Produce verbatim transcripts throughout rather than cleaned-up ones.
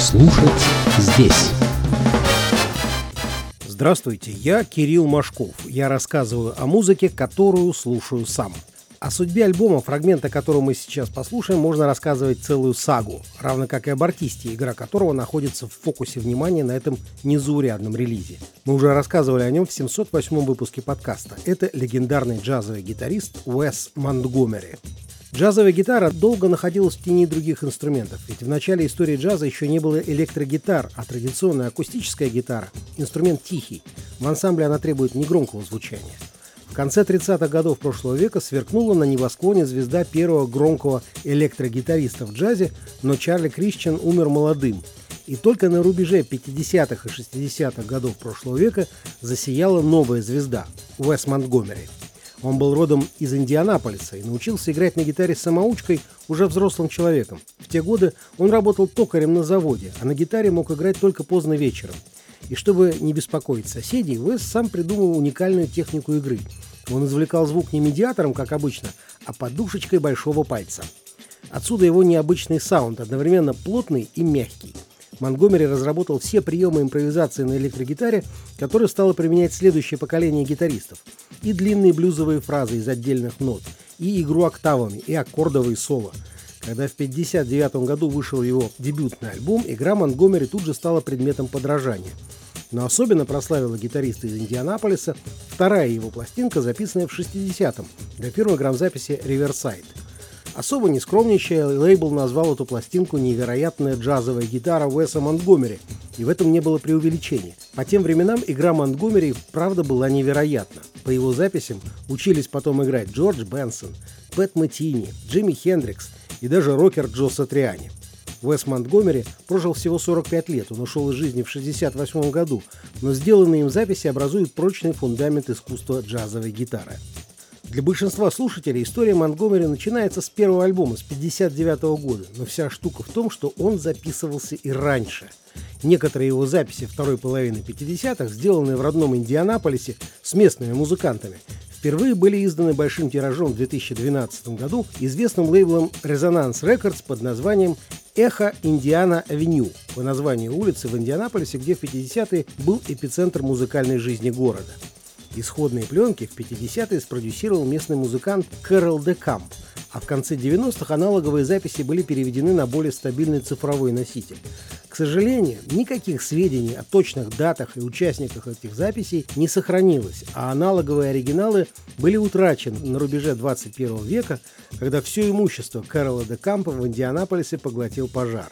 Слушать здесь. Здравствуйте, я Кирилл Машков. Я рассказываю о музыке, которую слушаю сам. О судьбе альбома, фрагмента которого мы сейчас послушаем, можно рассказывать целую сагу, равно как и об артисте, игра которого находится в фокусе внимания на этом незаурядном релизе. Мы уже рассказывали о нем в семьсот восьмом выпуске подкаста. Это легендарный джазовый гитарист Уэс Монтгомери. Джазовая гитара долго находилась в тени других инструментов, ведь в начале истории джаза еще не было электрогитар, а традиционная акустическая гитара – инструмент тихий. В ансамбле она требует негромкого звучания. В конце тридцатых годов прошлого века сверкнула на небосклоне звезда первого громкого электрогитариста в джазе, но Чарли Кристиан умер молодым. И только на рубеже пятидесятых и шестидесятых годов прошлого века засияла новая звезда – Уэс Монтгомери. Он был родом из Индианаполиса и научился играть на гитаре самоучкой уже взрослым человеком. В те годы он работал токарем на заводе, а на гитаре мог играть только поздно вечером. И чтобы не беспокоить соседей, Уэс сам придумал уникальную технику игры. Он извлекал звук не медиатором, как обычно, а подушечкой большого пальца. Отсюда его необычный саунд, одновременно плотный и мягкий. Монтгомери разработал все приемы импровизации на электрогитаре, которые стало применять следующее поколение гитаристов. И длинные блюзовые фразы из отдельных нот, и игру октавами, и аккордовые соло. Когда в пятьдесят девятом году вышел его дебютный альбом, игра Монтгомери тут же стала предметом подражания. Но особенно прославила гитариста из Индианаполиса вторая его пластинка, записанная в шестидесятом для фирмы грамзаписи Riverside. Особо не скромничая, лейбл назвал эту пластинку «Невероятная джазовая гитара Уэса Монтгомери», и в этом не было преувеличения. По тем временам игра Монтгомери правда была невероятна. По его записям учились потом играть Джордж Бенсон, Пэт Метини, Джимми Хендрикс и даже рокер Джо Сатриани. Уэс Монтгомери прожил всего сорок пять лет, он ушел из жизни в шестьдесят восьмом году, но сделанные им записи образуют прочный фундамент искусства джазовой гитары. Для большинства слушателей история Монтгомери начинается с первого альбома, с пятьдесят девятого года, но вся штука в том, что он записывался и раньше. Некоторые его записи второй половины пятидесятых, сделанные в родном Индианаполисе с местными музыкантами, впервые были изданы большим тиражом в две тысячи двенадцатом году известным лейблом Resonance Records под названием «Эхо Индиана Авеню» по названию улицы в Индианаполисе, где в пятидесятые был эпицентр музыкальной жизни города. Исходные пленки в пятидесятые спродюсировал местный музыкант Кэрол де Камп, а в конце девяностых аналоговые записи были переведены на более стабильный цифровой носитель. К сожалению, никаких сведений о точных датах и участниках этих записей не сохранилось, а аналоговые оригиналы были утрачены на рубеже двадцать первого века, когда все имущество Кэрола де Кампа в Индианаполисе поглотил пожар.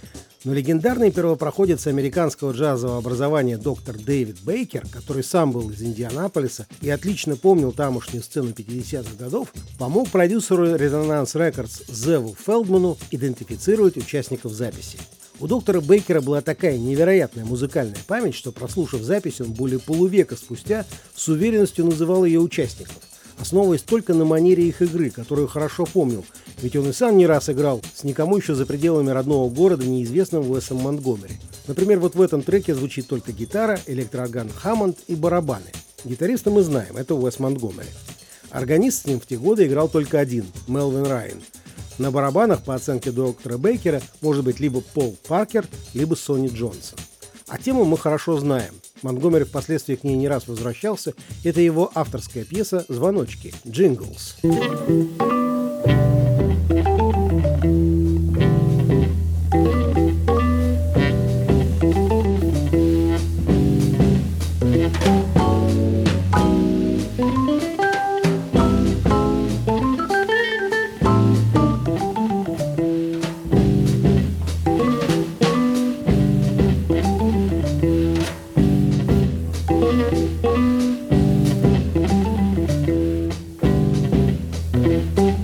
Но легендарный первопроходец американского джазового образования доктор Дэвид Бейкер, который сам был из Индианаполиса и отлично помнил тамошнюю сцену пятидесятых годов, помог продюсеру Resonance Records Зеву Фелдману идентифицировать участников записи. У доктора Бейкера была такая невероятная музыкальная память, что, прослушав запись, он более полувека спустя с уверенностью называл ее участников, основываясь только на манере их игры, которую хорошо помнил, ведь он и сам не раз играл с никому еще за пределами родного города неизвестным Уэсом Монтгомери. Например, вот в этом треке звучит только гитара, электроорган Хаммонд и барабаны. Гитариста мы знаем, это Уэс Монтгомери. Органист с ним в те годы играл только один – Мелвин Райан. На барабанах, по оценке доктора Бейкера, может быть либо Пол Паркер, либо Сонни Джонсон. А тему мы хорошо знаем. Монтгомери впоследствии к ней не раз возвращался. Это его авторская пьеса «Звоночки» – «Джинглс». Thank you.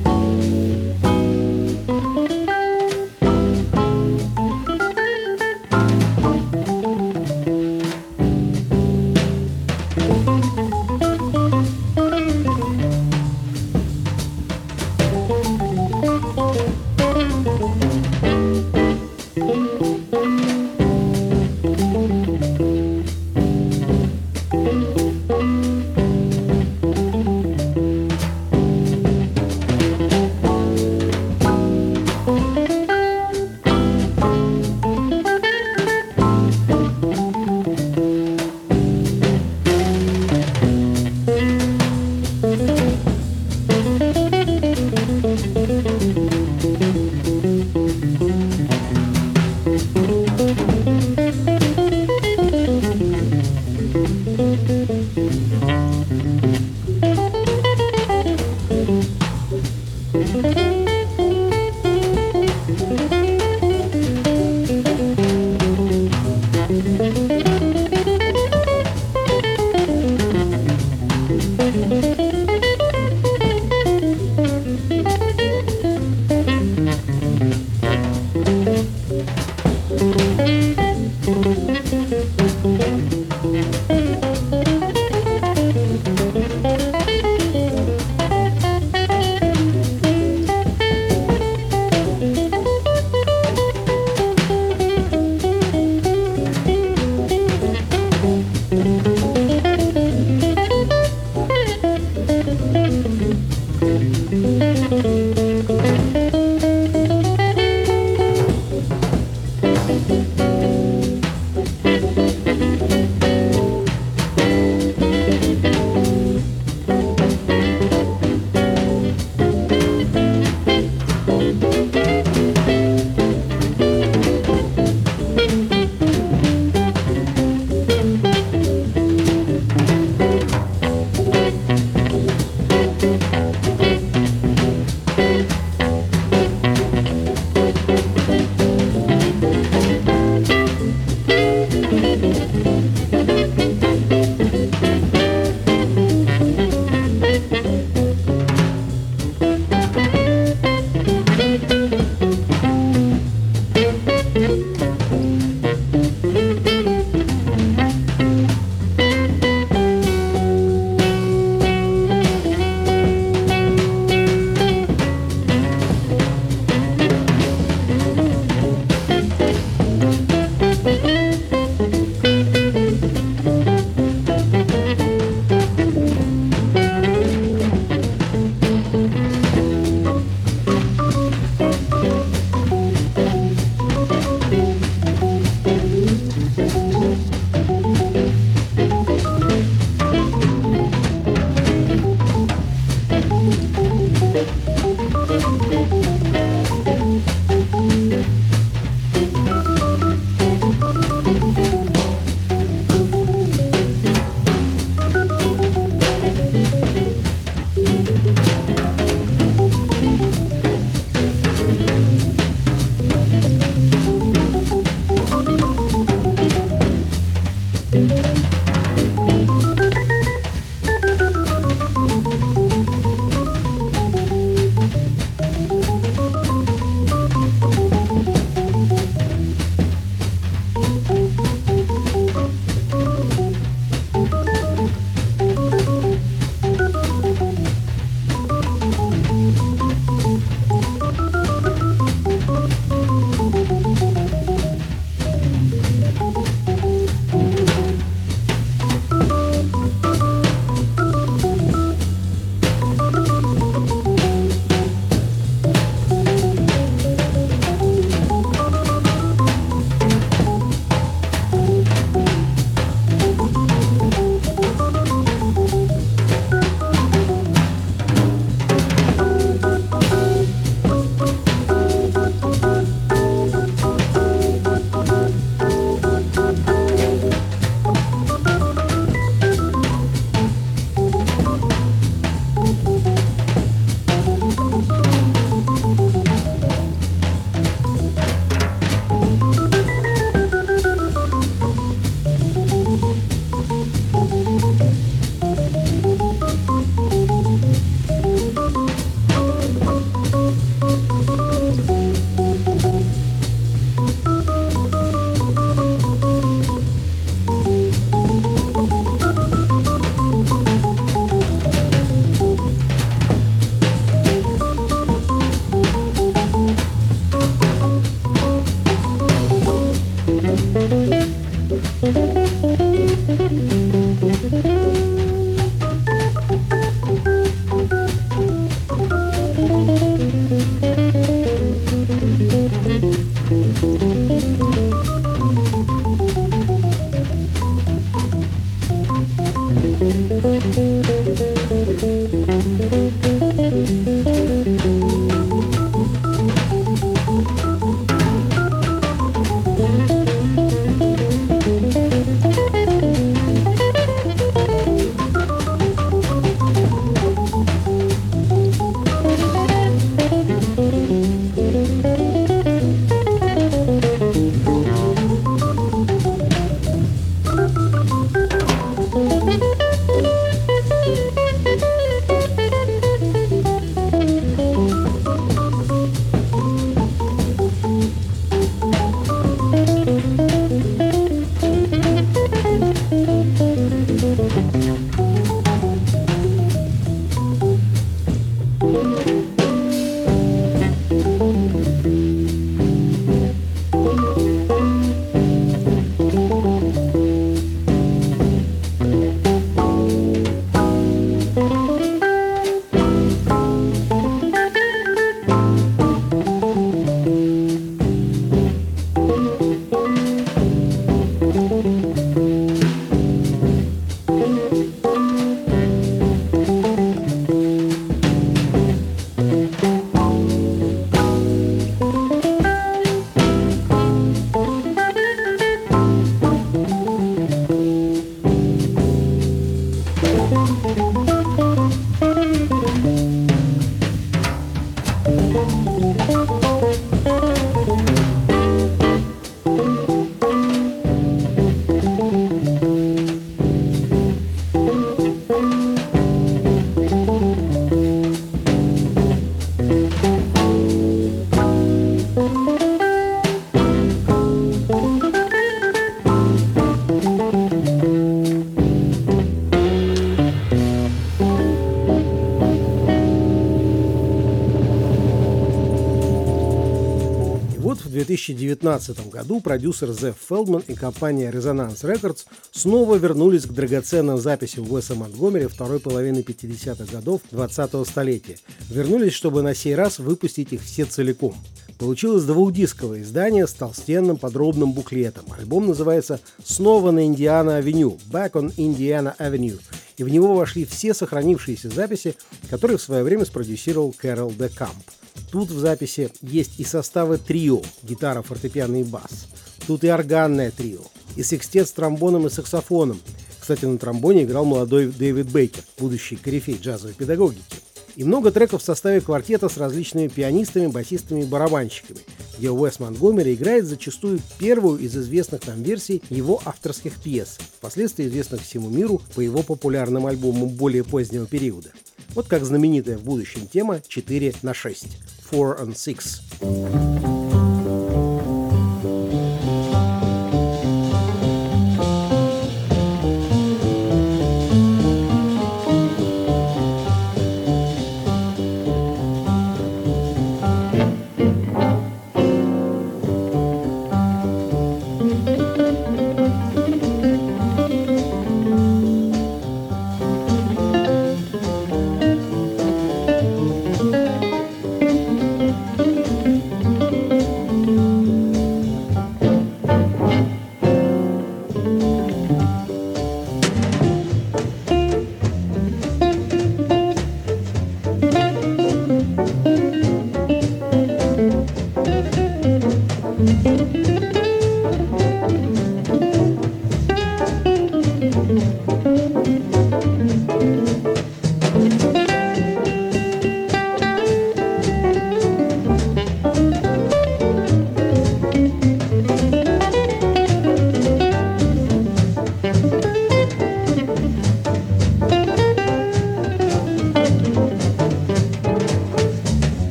В две тысячи девятнадцатом году продюсер Зеф Фелдман и компания Resonance Records снова вернулись к драгоценным записям Уэса Монтгомери второй половины пятидесятых годов двадцатого столетия. Вернулись, чтобы на сей раз выпустить их все целиком. Получилось двухдисковое издание с толстенным подробным буклетом. Альбом называется «Снова на Индиана-авеню» (Back on Indiana Avenue), и в него вошли все сохранившиеся записи, которые в свое время спродюсировал Кэрол де Камп. Тут в записи есть и составы трио, гитара, фортепиано и бас. Тут и органное трио, и секстет с тромбоном и саксофоном. Кстати, на тромбоне играл молодой Дэвид Бейкер, будущий корифей джазовой педагогики. И много треков в составе квартета с различными пианистами, басистами и барабанщиками, где Уэс Монтгомери играет зачастую первую из известных нам версий его авторских пьес, впоследствии известных всему миру по его популярным альбомам более позднего периода. Вот как знаменитая в будущем тема четыре на шесть (four on six).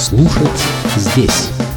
Слушать здесь.